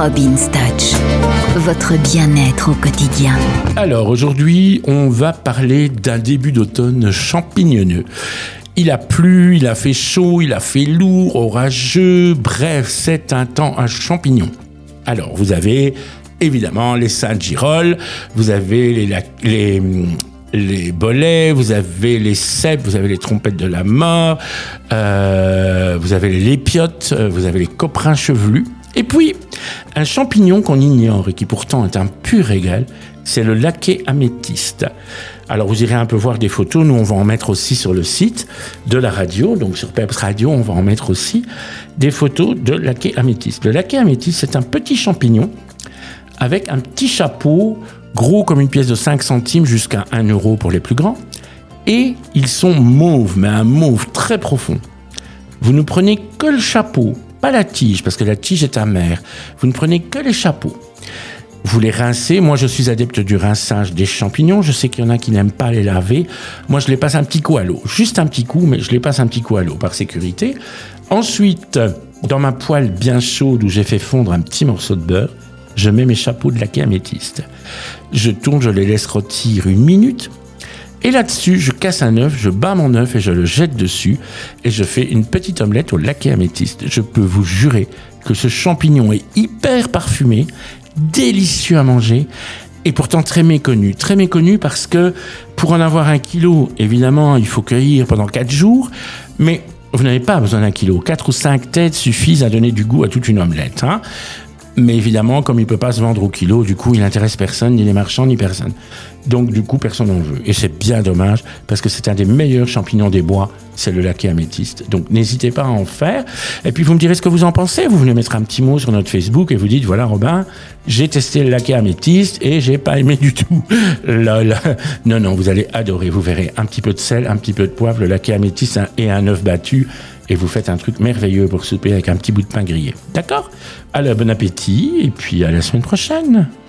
Robin Touch, votre bien-être au quotidien. Alors aujourd'hui, on va parler d'un début d'automne champignonneux. Il a plu, il a fait chaud, il a fait lourd, orageux, bref, c'est un temps à champignons. Alors vous avez évidemment les Saint-Girolles, vous avez les bolets, vous avez les cèpes, vous avez les trompettes de la mort, vous avez les lépiotes, vous avez les coprins chevelus. Et puis, un champignon qu'on ignore et qui pourtant est un pur régal, c'est le laquais améthyste. Alors vous irez un peu voir des photos, nous on va en mettre aussi sur le site de la radio, donc sur Peps Radio on va en mettre aussi des photos de laquais améthyste. Le laquais améthyste c'est un petit champignon avec un petit chapeau gros comme une pièce de 5 centimes jusqu'à 1 euro pour les plus grands, et ils sont mauves, mais un mauve très profond. Vous ne prenez que le chapeau, pas la tige, parce que la tige est amère. Vous ne prenez que les chapeaux. Vous les rincez. Moi, je suis adepte du rinçage des champignons. Je sais qu'il y en a qui n'aiment pas les laver. Moi, je les passe un petit coup à l'eau. Juste un petit coup, mais je les passe un petit coup à l'eau par sécurité. Ensuite, dans ma poêle bien chaude où j'ai fait fondre un petit morceau de beurre, je mets mes chapeaux de laquais améthyste. Je tourne, je les laisse rôtir 1 minute. Et là-dessus, je casse un œuf, je bats mon œuf et je le jette dessus. Et je fais une petite omelette au laquais améthyste. Je peux vous jurer que ce champignon est hyper parfumé, délicieux à manger et pourtant très méconnu. Très méconnu parce que pour en avoir 1 kilo, évidemment, il faut cueillir pendant 4 jours. Mais vous n'avez pas besoin d'1 kilo. 4 ou 5 têtes suffisent à donner du goût à toute une omelette, hein. Mais évidemment, comme il ne peut pas se vendre au kilo, du coup, il n'intéresse personne, ni les marchands, ni personne. Donc, du coup, personne n'en veut. Et c'est bien dommage, parce que c'est un des meilleurs champignons des bois, c'est le laquais améthyste. Donc, n'hésitez pas à en faire. Et puis, vous me direz ce que vous en pensez. Vous venez mettre un petit mot sur notre Facebook et vous dites, voilà, Robin, j'ai testé le laquais améthyste et j'ai pas aimé du tout. Non, vous allez adorer. Vous verrez un petit peu de sel, un petit peu de poivre, le laquais améthyste et un œuf battu. Et vous faites un truc merveilleux pour souper avec un petit bout de pain grillé. D'accord ? Alors, bon appétit et puis à la semaine prochaine.